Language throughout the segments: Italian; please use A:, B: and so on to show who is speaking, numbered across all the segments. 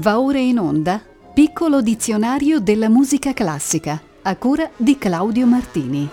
A: Va ora in onda Piccolo dizionario della musica classica, a cura di Claudio Martini.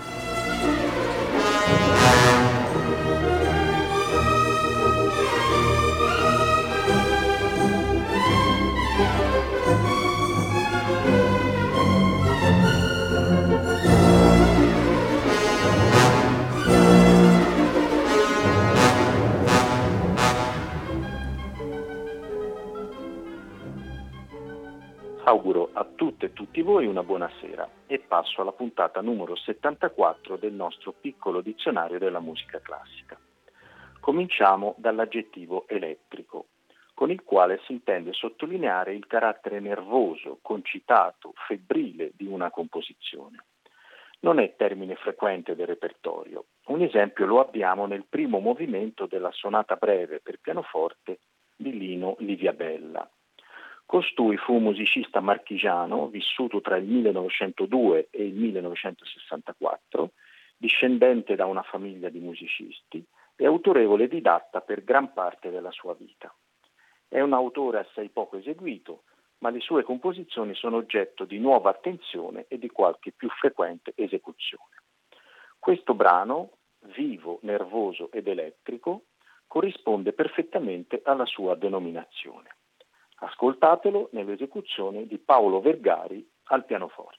B: Auguro a tutte e tutti voi una buonasera e passo alla puntata numero 74 del nostro piccolo dizionario della musica classica. Cominciamo dall'aggettivo elettrico, con il quale si intende sottolineare il carattere nervoso, concitato, febbrile di una composizione. Non è termine frequente del repertorio. Un esempio lo abbiamo nel primo movimento della sonata breve per pianoforte di Lino Liviabella. Costui fu un musicista marchigiano vissuto tra il 1902 e il 1964, discendente da una famiglia di musicisti e autorevole didatta per gran parte della sua vita. È un autore assai poco eseguito, ma le sue composizioni sono oggetto di nuova attenzione e di qualche più frequente esecuzione. Questo brano, vivo, nervoso ed elettrico, corrisponde perfettamente alla sua denominazione. Ascoltatelo nell'esecuzione di Paolo Vergari al pianoforte.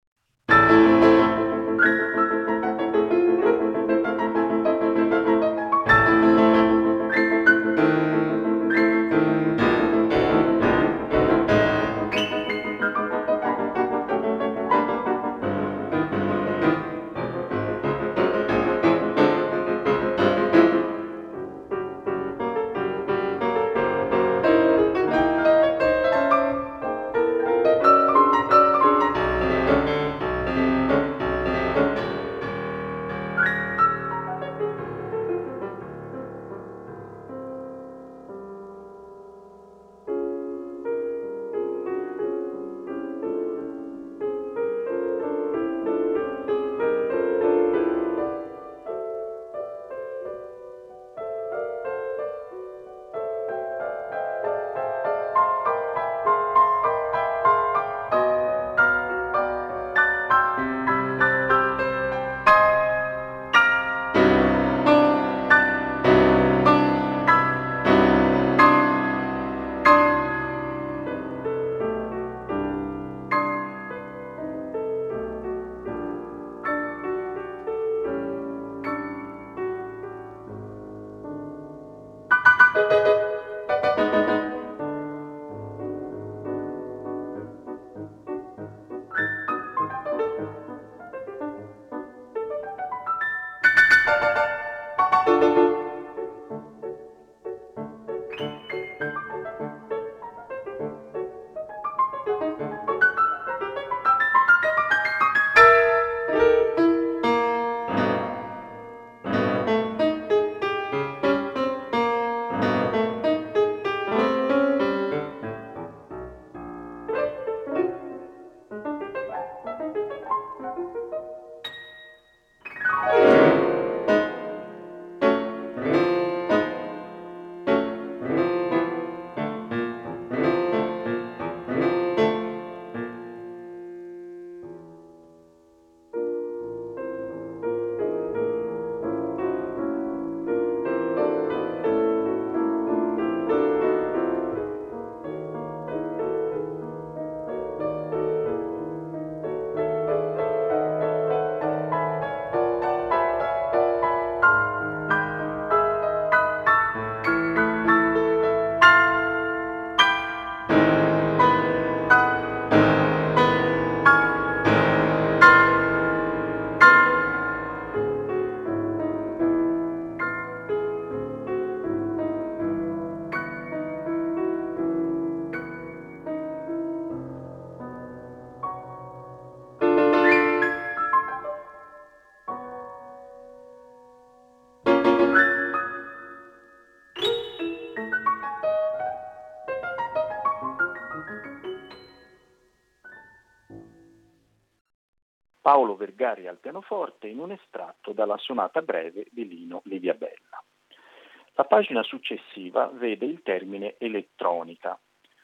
B: Paolo Vergari al pianoforte in un estratto dalla sonata breve di Lino Liviabella. La pagina successiva vede il termine elettronica,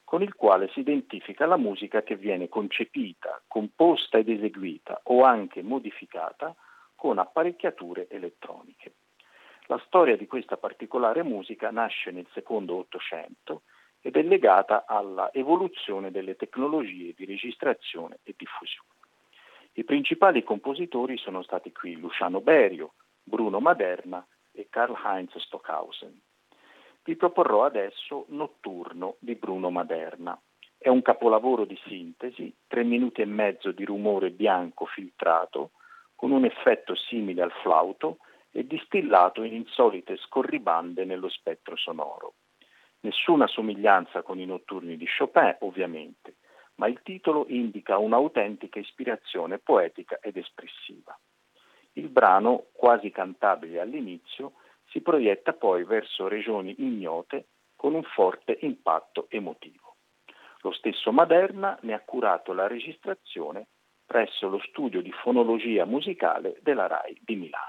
B: con il quale si identifica la musica che viene concepita, composta ed eseguita o anche modificata con apparecchiature elettroniche. La storia di questa particolare musica nasce nel secondo Ottocento ed è legata alla evoluzione delle tecnologie di registrazione e diffusione. I principali compositori sono stati qui Luciano Berio, Bruno Maderna e Karl-Heinz Stockhausen. Vi proporrò adesso Notturno di Bruno Maderna. È un capolavoro di sintesi, 3 minuti e mezzo di rumore bianco filtrato, con un effetto simile al flauto e distillato in insolite scorribande nello spettro sonoro. Nessuna somiglianza con i notturni di Chopin, ovviamente, ma il titolo indica un'autentica ispirazione poetica ed espressiva. Il brano, quasi cantabile all'inizio, si proietta poi verso regioni ignote con un forte impatto emotivo. Lo stesso Maderna ne ha curato la registrazione presso lo studio di fonologia musicale della RAI di Milano.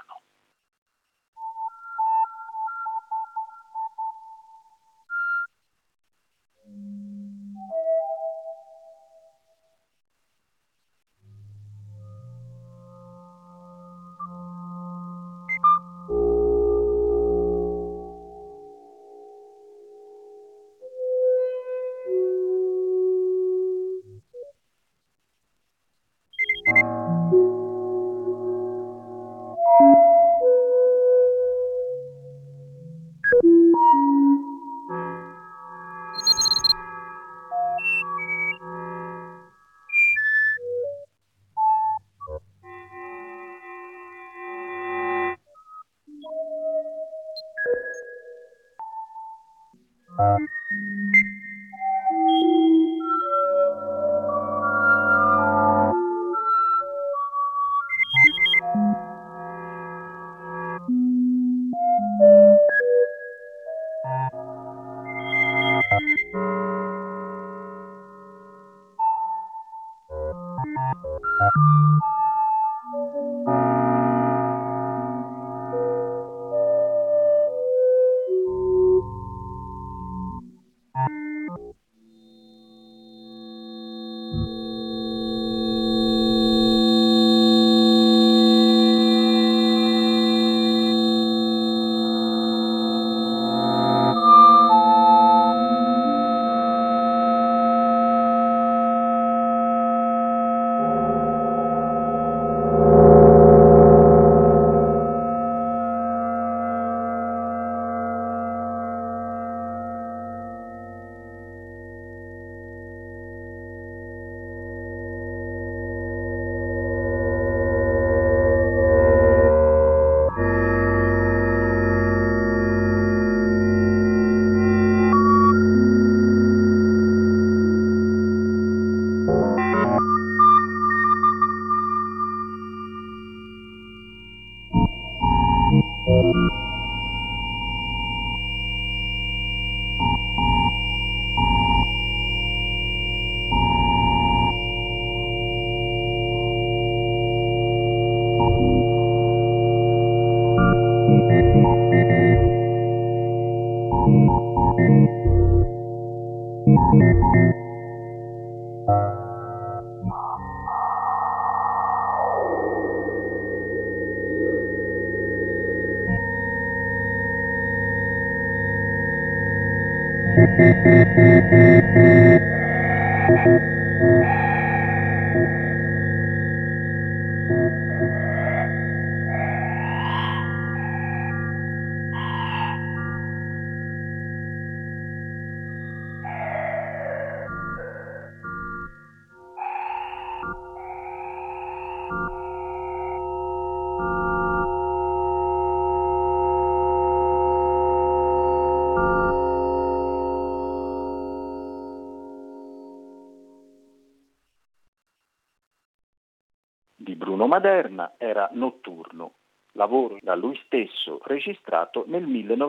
B: Di Bruno Maderna era Notturno, lavoro da lui stesso registrato nel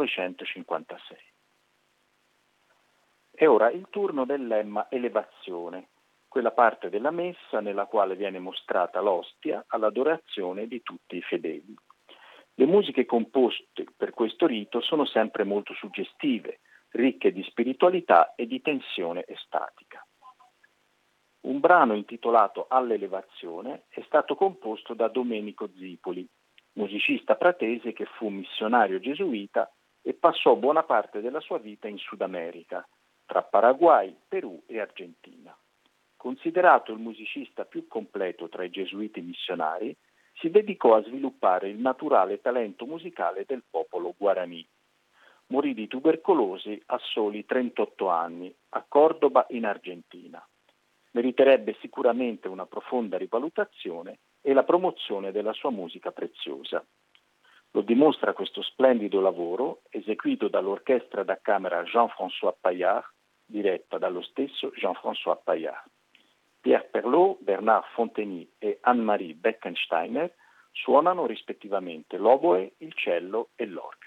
B: 1956. E ora il turno del lemma elevazione, quella parte della messa nella quale viene mostrata l'ostia all'adorazione di tutti i fedeli. Le musiche composte per questo rito sono sempre molto suggestive, ricche di spiritualità e di tensione estatica. Un brano intitolato All'elevazione è stato composto da Domenico Zipoli, musicista pratese che fu missionario gesuita e passò buona parte della sua vita in Sud America, tra Paraguay, Perù e Argentina. Considerato il musicista più completo tra i gesuiti missionari, si dedicò a sviluppare il naturale talento musicale del popolo guaraní. Morì di tubercolosi a soli 38 anni, a Cordoba in Argentina. Meriterebbe sicuramente una profonda rivalutazione e la promozione della sua musica preziosa. Lo dimostra questo splendido lavoro eseguito dall'orchestra da camera Jean-François Paillard, diretta dallo stesso Jean-François Paillard. Pierre Perlot, Bernard Fontegny e Anne-Marie Beckensteiner suonano rispettivamente l'oboe, il cello e l'organo.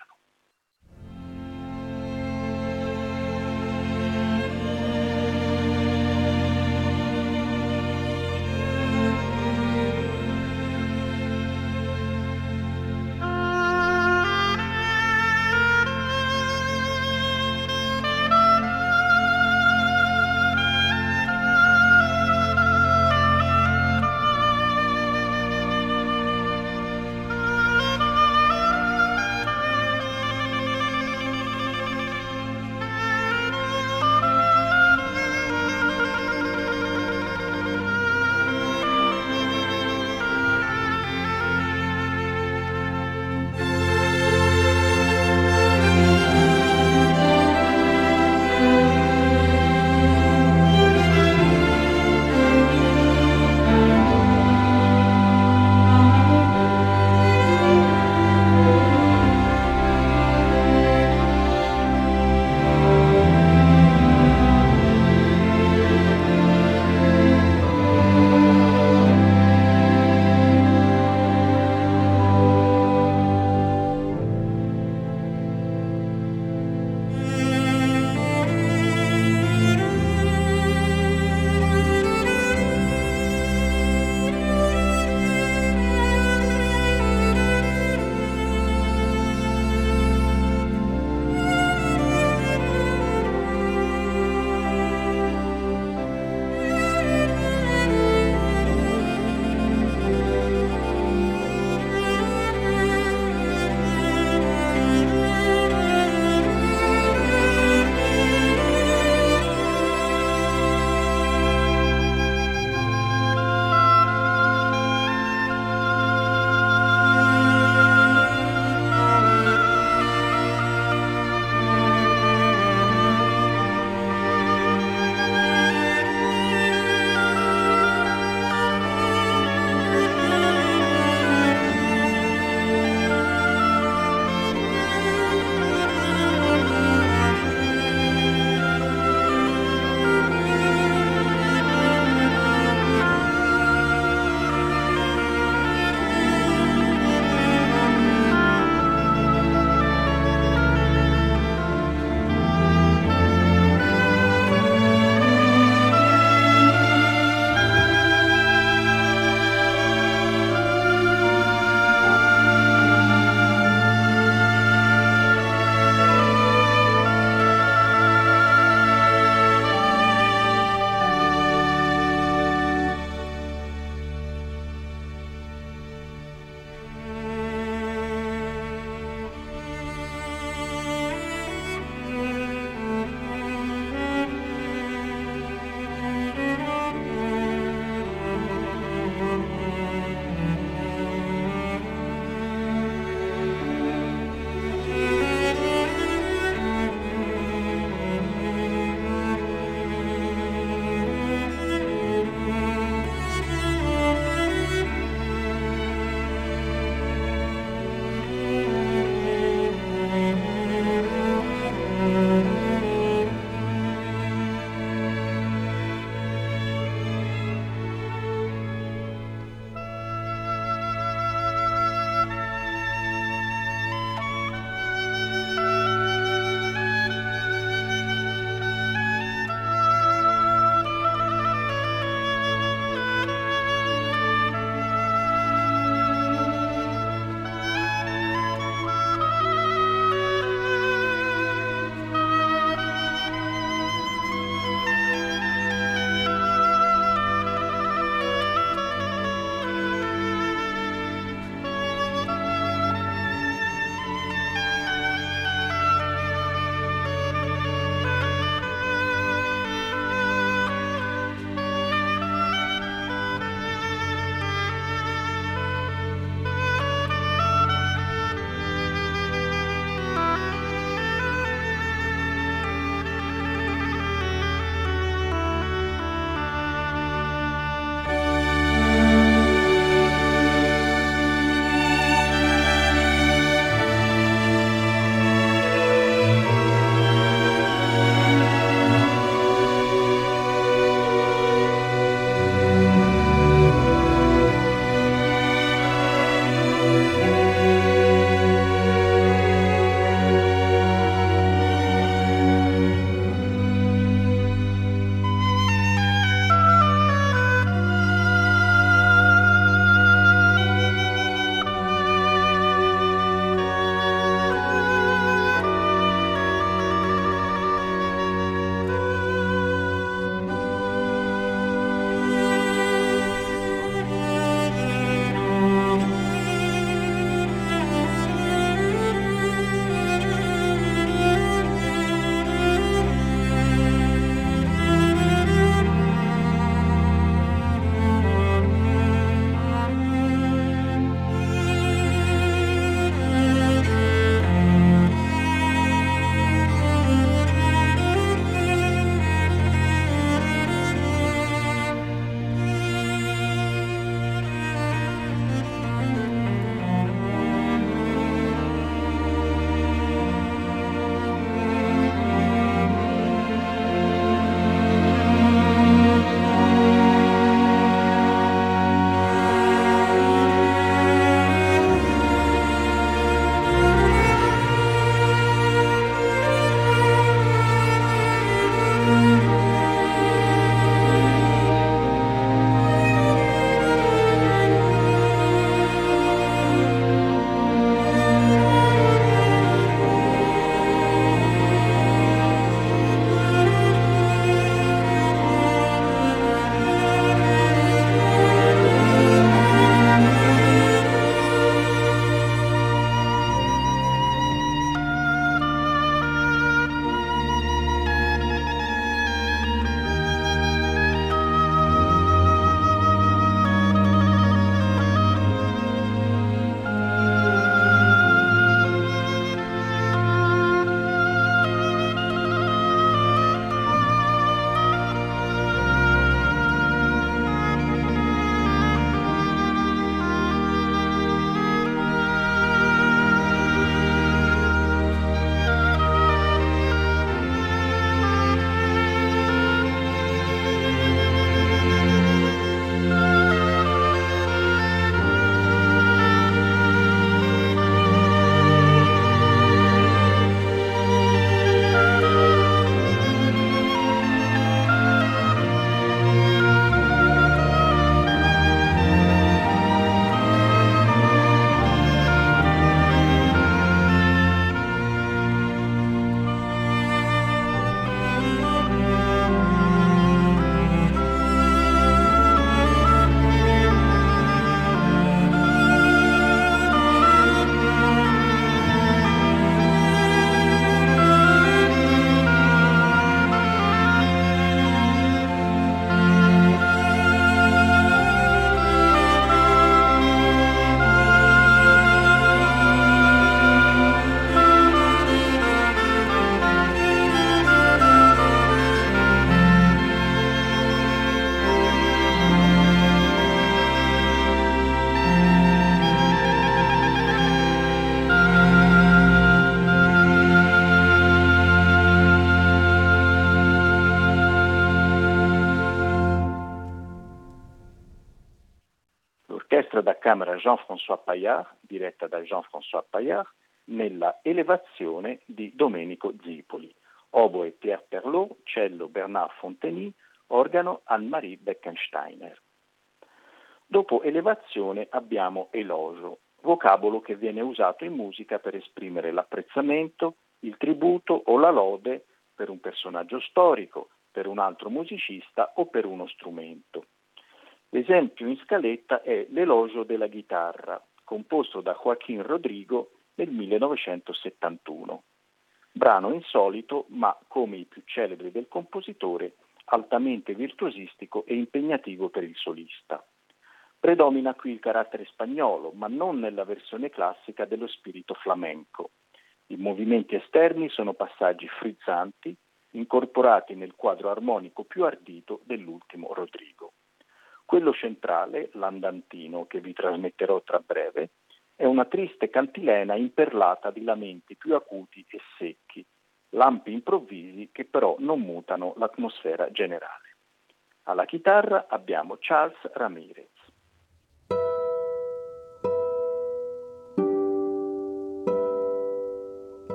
B: Camera Jean-François Paillard, diretta da Jean-François Paillard, nella Elevazione di Domenico Zipoli, oboe Pierre Perlot, cello Bernard Fonteny, organo Anne-Marie Beckensteiner. Dopo Elevazione abbiamo Elogio, vocabolo che viene usato in musica per esprimere l'apprezzamento, il tributo o la lode per un personaggio storico, per un altro musicista o per uno strumento. L'esempio in scaletta è l'Elogio della chitarra, composto da Joaquín Rodrigo nel 1971. Brano insolito, ma come i più celebri del compositore, altamente virtuosistico e impegnativo per il solista. Predomina qui il carattere spagnolo, ma non nella versione classica dello spirito flamenco. I movimenti esterni sono passaggi frizzanti, incorporati nel quadro armonico più ardito dell'ultimo Rodrigo. Quello centrale, l'andantino, che vi trasmetterò tra breve, è una triste cantilena imperlata di lamenti più acuti e secchi, lampi improvvisi che però non mutano l'atmosfera generale. Alla chitarra abbiamo Charles Ramirez.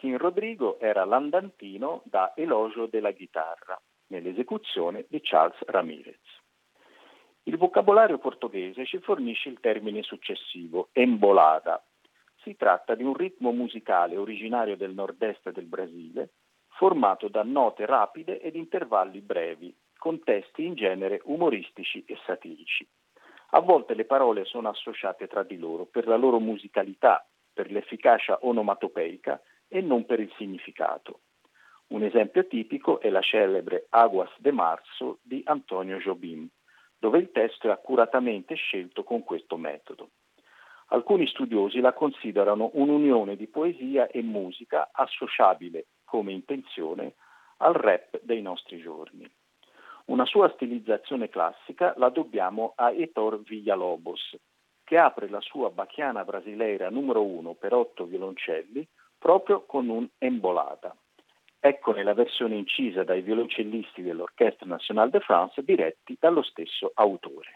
B: Joaquín Rodrigo era l'andantino da Elogio della chitarra, nell'esecuzione di Charles Ramírez. Il vocabolario portoghese ci fornisce il termine successivo, embolada. Si tratta di un ritmo musicale originario del nord-est del Brasile, formato da note rapide ed intervalli brevi, con testi in genere umoristici e satirici. A volte le parole sono associate tra di loro per la loro musicalità, per l'efficacia onomatopeica e non per il significato. Un esempio tipico è la celebre Aguas de Marzo di Antonio Jobim, dove il testo è accuratamente scelto con questo metodo. Alcuni studiosi la considerano un'unione di poesia e musica associabile come intenzione al rap dei nostri giorni. Una sua stilizzazione classica la dobbiamo a Héctor Villa-Lobos, che apre la sua Bacchiana Brasileira numero 1 per 8 violoncelli proprio con un embolada. Eccone la versione incisa dai violoncellisti dell'Orchestre Nationale de France diretti dallo stesso autore.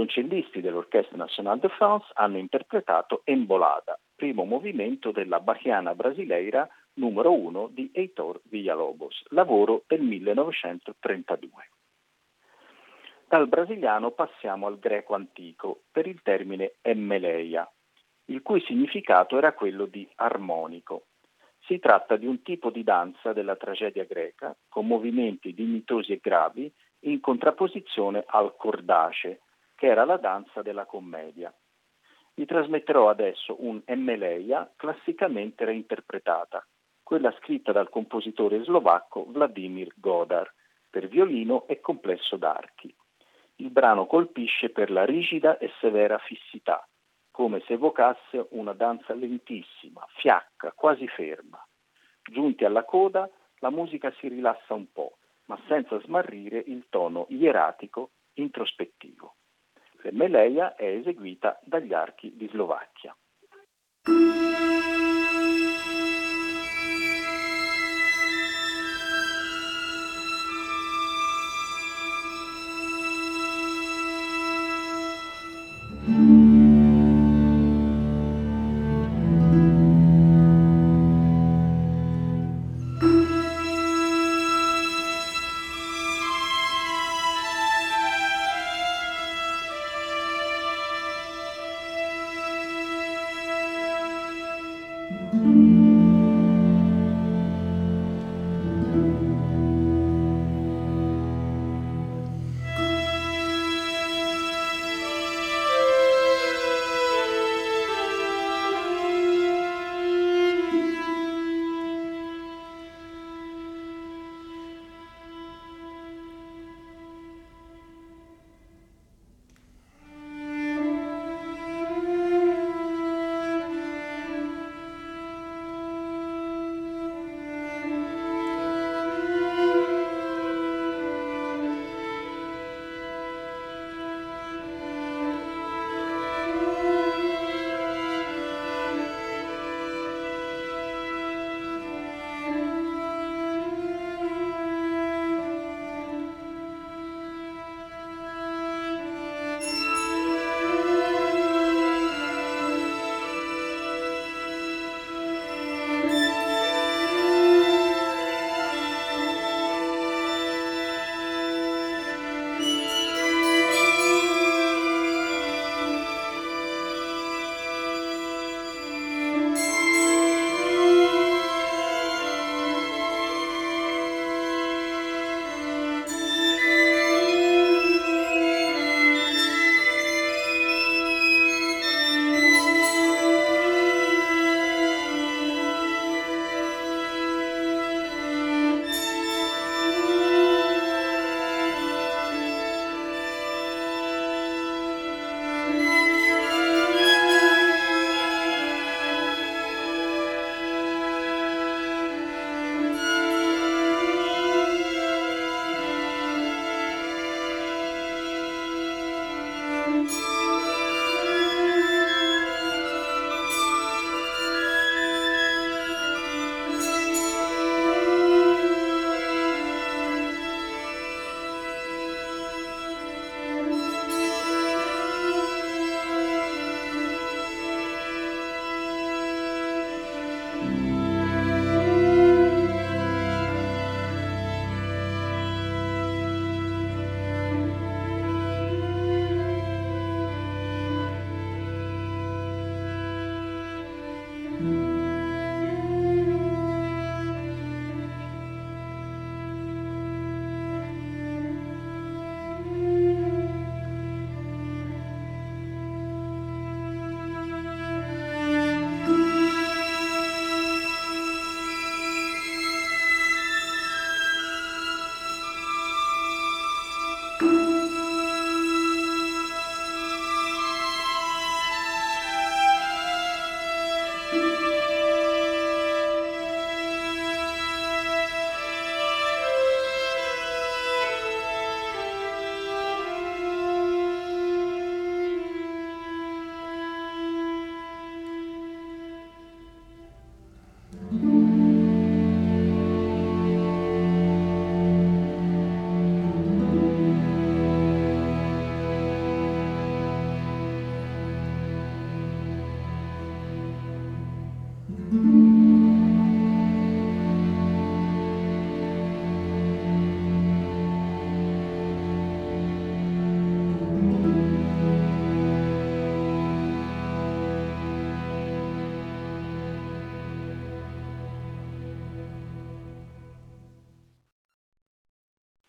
B: violoncellisti dell'Orchestre Nationale de France hanno interpretato Embolada, primo movimento della Bachiana Brasileira numero 1 di Heitor Villalobos, lavoro del 1932. Dal brasiliano passiamo al greco antico per il termine emmeleia, il cui significato era quello di armonico. Si tratta di un tipo di danza della tragedia greca con movimenti dignitosi e gravi in contrapposizione al cordace, che era la danza della commedia. Vi trasmetterò adesso un emmeleia classicamente reinterpretata, quella scritta dal compositore slovacco Vladimir Godar per violino e complesso d'archi. Il brano colpisce per la rigida e severa fissità, come se evocasse una danza lentissima, fiacca, quasi ferma. Giunti alla coda, la musica si rilassa un po', ma senza smarrire il tono ieratico introspettivo. L'emmeleia è eseguita dagli archi di Slovacchia.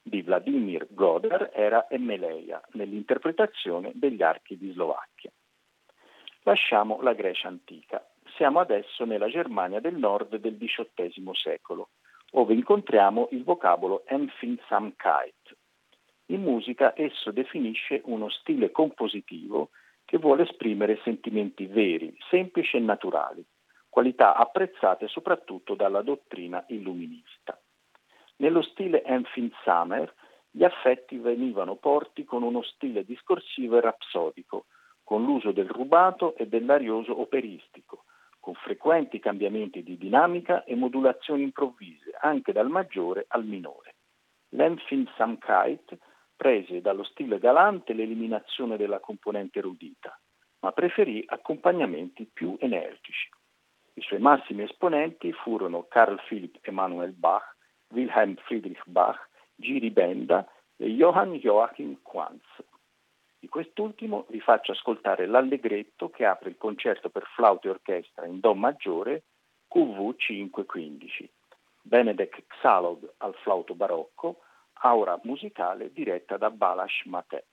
B: di Vladimir Godar era Emmeleia, nell'interpretazione degli archi di Slovacchia. Lasciamo la Grecia antica. Siamo adesso nella Germania del nord del XVIII secolo, ove incontriamo il vocabolo Empfindsamkeit. In musica esso definisce uno stile compositivo che vuole esprimere sentimenti veri, semplici e naturali, qualità apprezzate soprattutto dalla dottrina illuminista. Nello stile Empfindsamer gli affetti venivano porti con uno stile discorsivo e rapsodico, con l'uso del rubato e dell'arioso operistico, con frequenti cambiamenti di dinamica e modulazioni improvvise, anche dal maggiore al minore. L'Empfindsamkeit prese dallo stile galante l'eliminazione della componente erudita, ma preferì accompagnamenti più energici. I suoi massimi esponenti furono Carl Philipp Emanuel Bach, Wilhelm Friedrich Bach, Giri Benda e Johann Joachim Quantz. Di quest'ultimo vi faccio ascoltare l'allegretto che apre il concerto per flauto e orchestra in Do maggiore QV 515. Benedek Xalog al flauto barocco, aura musicale diretta da Balázs Matej.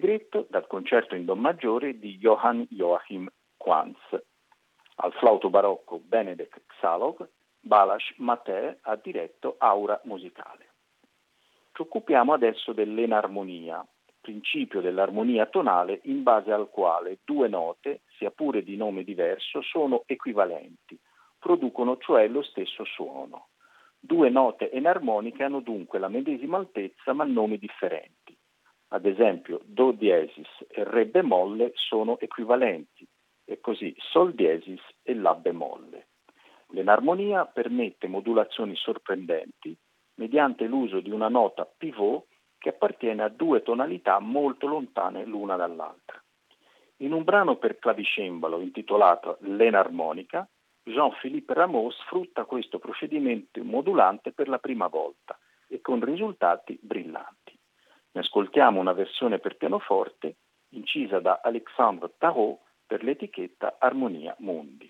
B: allegretto dal concerto in do maggiore di Johann Joachim Quantz. Al flauto barocco Benedek Xalog, Balázs Matej ha diretto Aura musicale. Ci occupiamo adesso dell'enarmonia, principio dell'armonia tonale in base al quale due note, sia pure di nome diverso, sono equivalenti, producono cioè lo stesso suono. Due note enarmoniche hanno dunque la medesima altezza ma nomi differenti. Ad esempio, Do diesis e Re bemolle sono equivalenti, e così Sol diesis e La bemolle. L'enarmonia permette modulazioni sorprendenti mediante l'uso di una nota pivot che appartiene a due tonalità molto lontane l'una dall'altra. In un brano per clavicembalo intitolato L'enarmonica, Jean-Philippe Rameau sfrutta questo procedimento modulante per la prima volta e con risultati brillanti. Ne ascoltiamo una versione per pianoforte incisa da Alexandre Tarot per l'etichetta Armonia Mundi.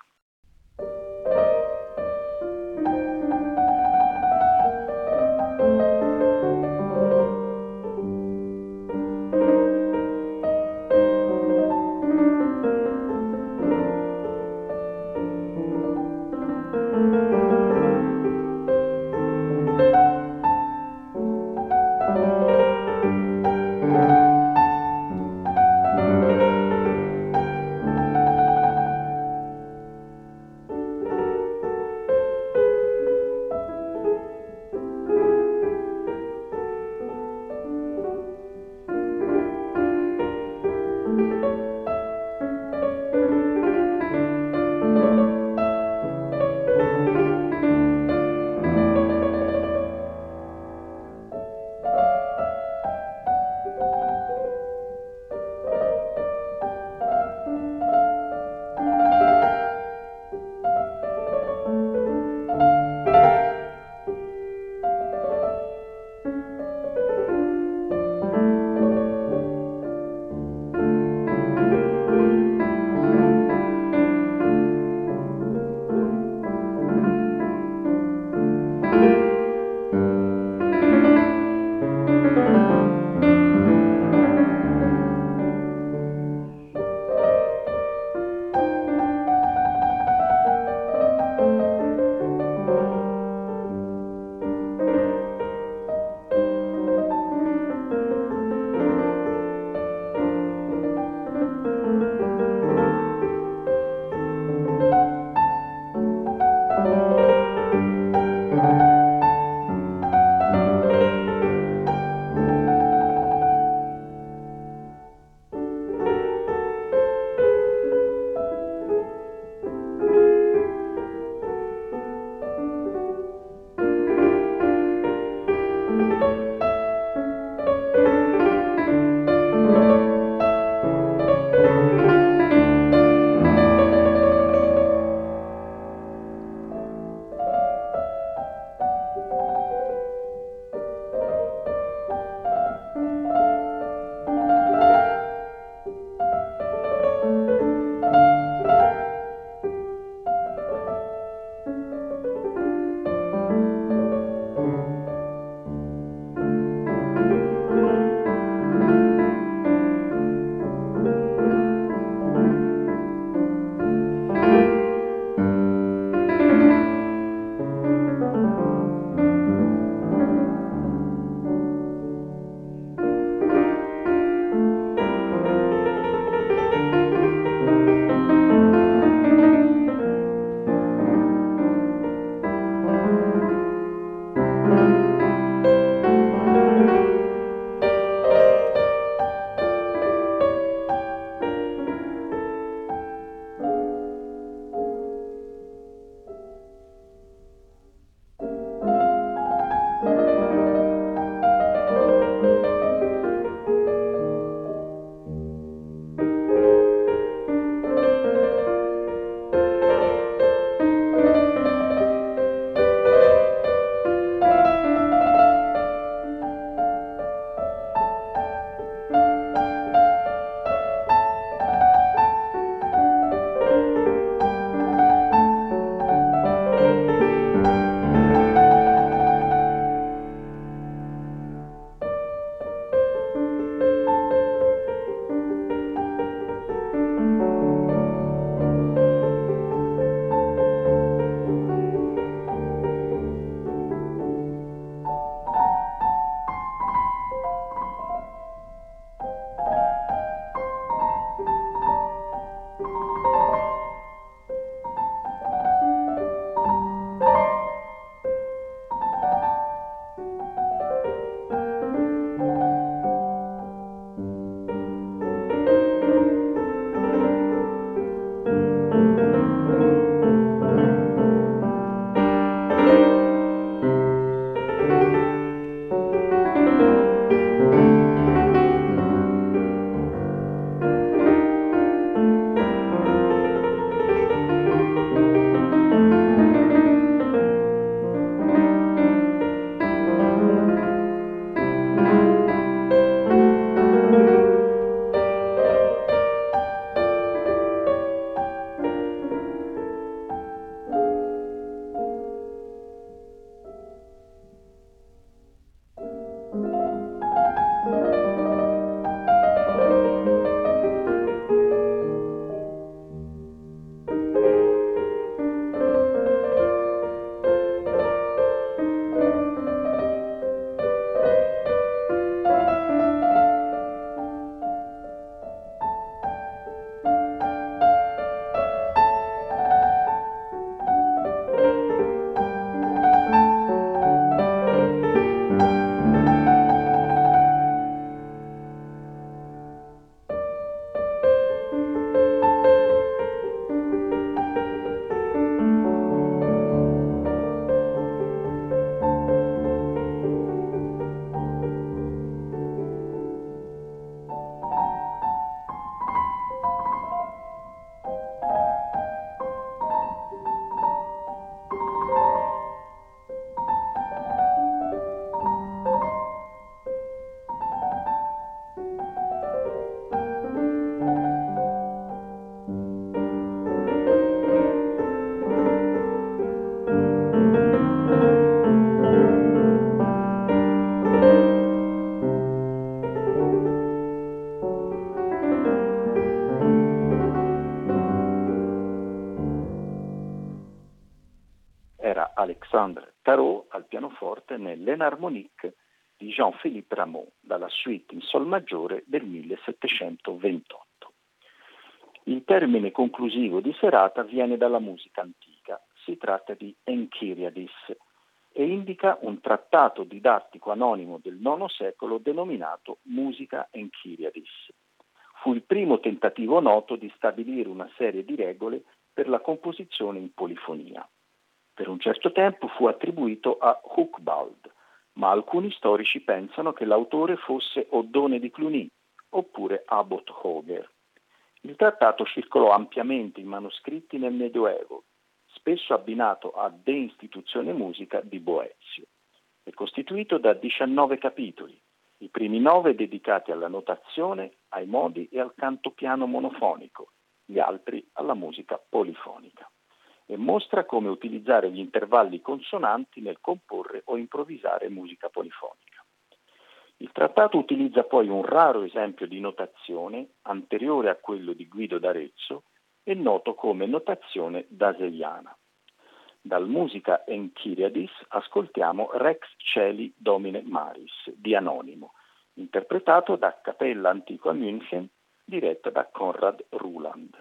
B: Alexandre Tarot al pianoforte nell'Enharmonique di Jean-Philippe Rameau, dalla suite in sol maggiore del 1728. Il termine conclusivo di serata viene dalla musica antica, si tratta di Enchiriadis e indica un trattato didattico anonimo del IX secolo denominato Musica Enchiriadis. Fu il primo tentativo noto di stabilire una serie di regole per la composizione in polifonia. Per un certo tempo fu attribuito a Hucbald, ma alcuni storici pensano che l'autore fosse Oddone di Cluny oppure Abbot Hoger. Il trattato circolò ampiamente in manoscritti nel Medioevo, spesso abbinato a De Institutione Musica di Boezio. È costituito da 19 capitoli, i primi 9 dedicati alla notazione, ai modi e al canto piano monofonico, gli altri alla musica polifonica, e mostra come utilizzare gli intervalli consonanti nel comporre o improvvisare musica polifonica. Il trattato utilizza poi un raro esempio di notazione anteriore a quello di Guido d'Arezzo e noto come notazione daseiana. Dal Musica Enchiriadis ascoltiamo Rex Celi Domine Maris di Anonimo, interpretato da Cappella Antiqua München, diretta da Konrad Ruland.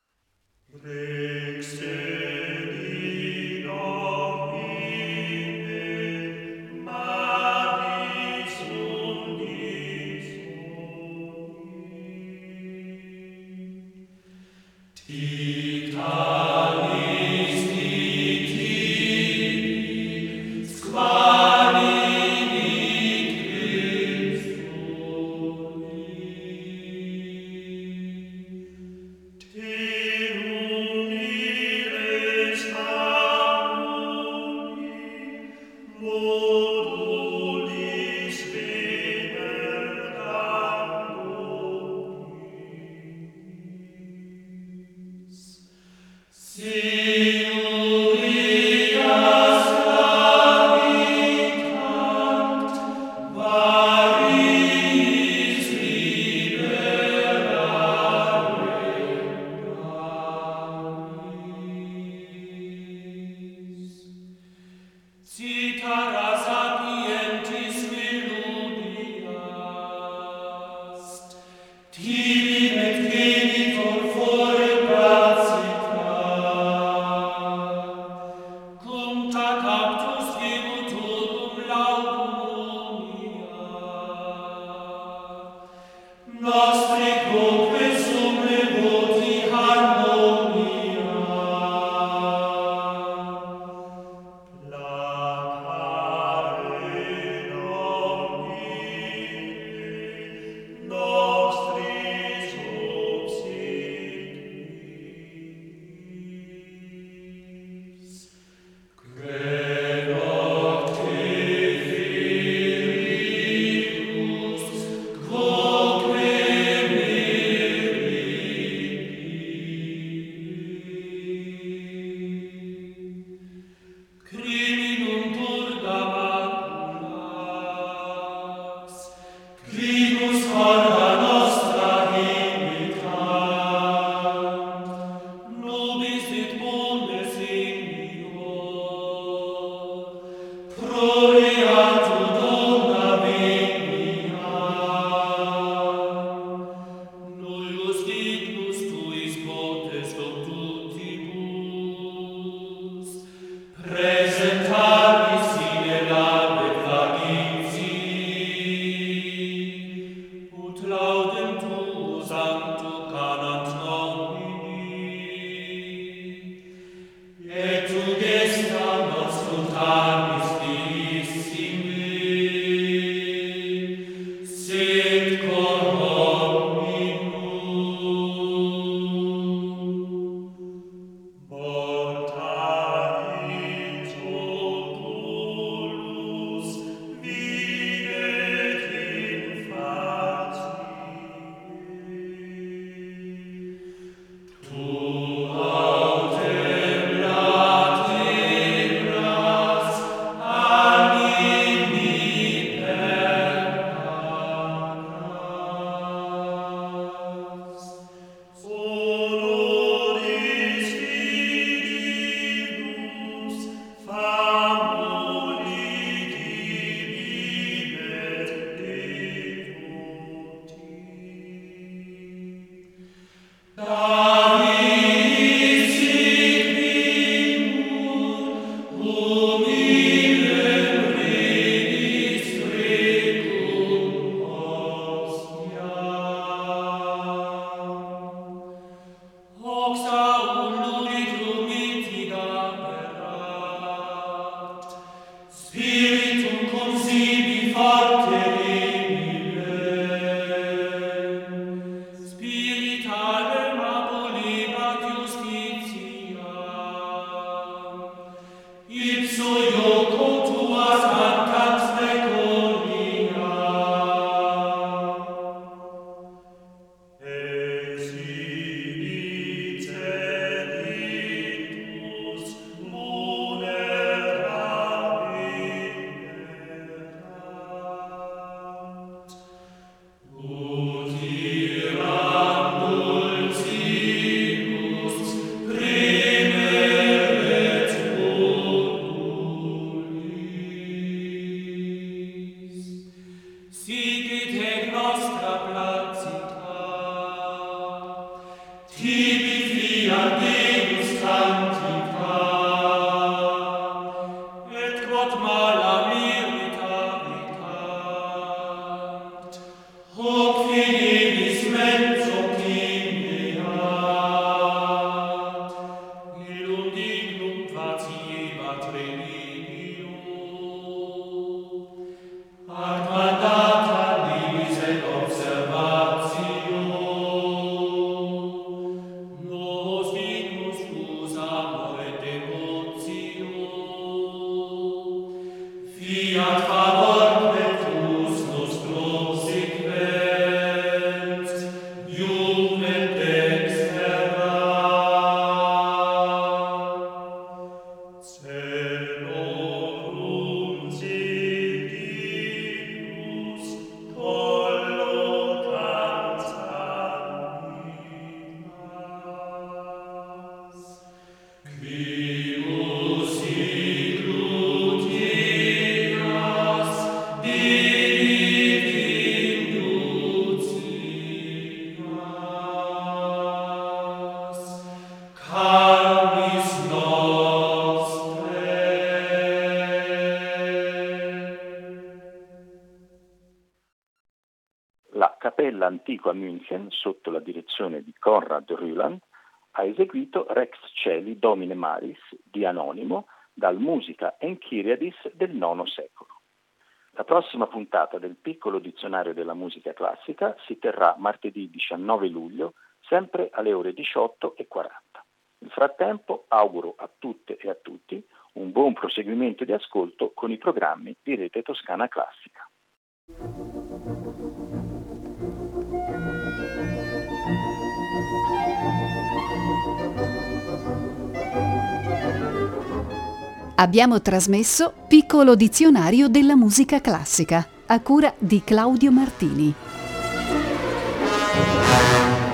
C: Rex Celi Domine Maris undis Tictalis ditivi squalini nostra placita. Tibi fiat Deus sanctita, et quod mala miritabitat, hoc finilis menso timneat, illum dignum faciebat religio, ad mandata divis et observatio, nos dignus plus amor et devotio, fiat favor petrus nostro sequens, ium et dexterra. Celorum Sidius collocans animas, quibus inclutias divit inducias, calmis nostre.
B: La Cappella Antiqua München, sotto la direzione di Konrad Rüland, ha eseguito Rex Celi Domine Maris di Anonimo dal Musica Enchiriadis del IX secolo. La prossima puntata del piccolo dizionario della musica classica si terrà martedì 19 luglio, sempre alle ore 18:40. Nel frattempo auguro a tutte e a tutti un buon proseguimento di ascolto con i programmi di Rete Toscana Classica.
A: Abbiamo trasmesso Piccolo dizionario della musica classica, a cura di Claudio Martini.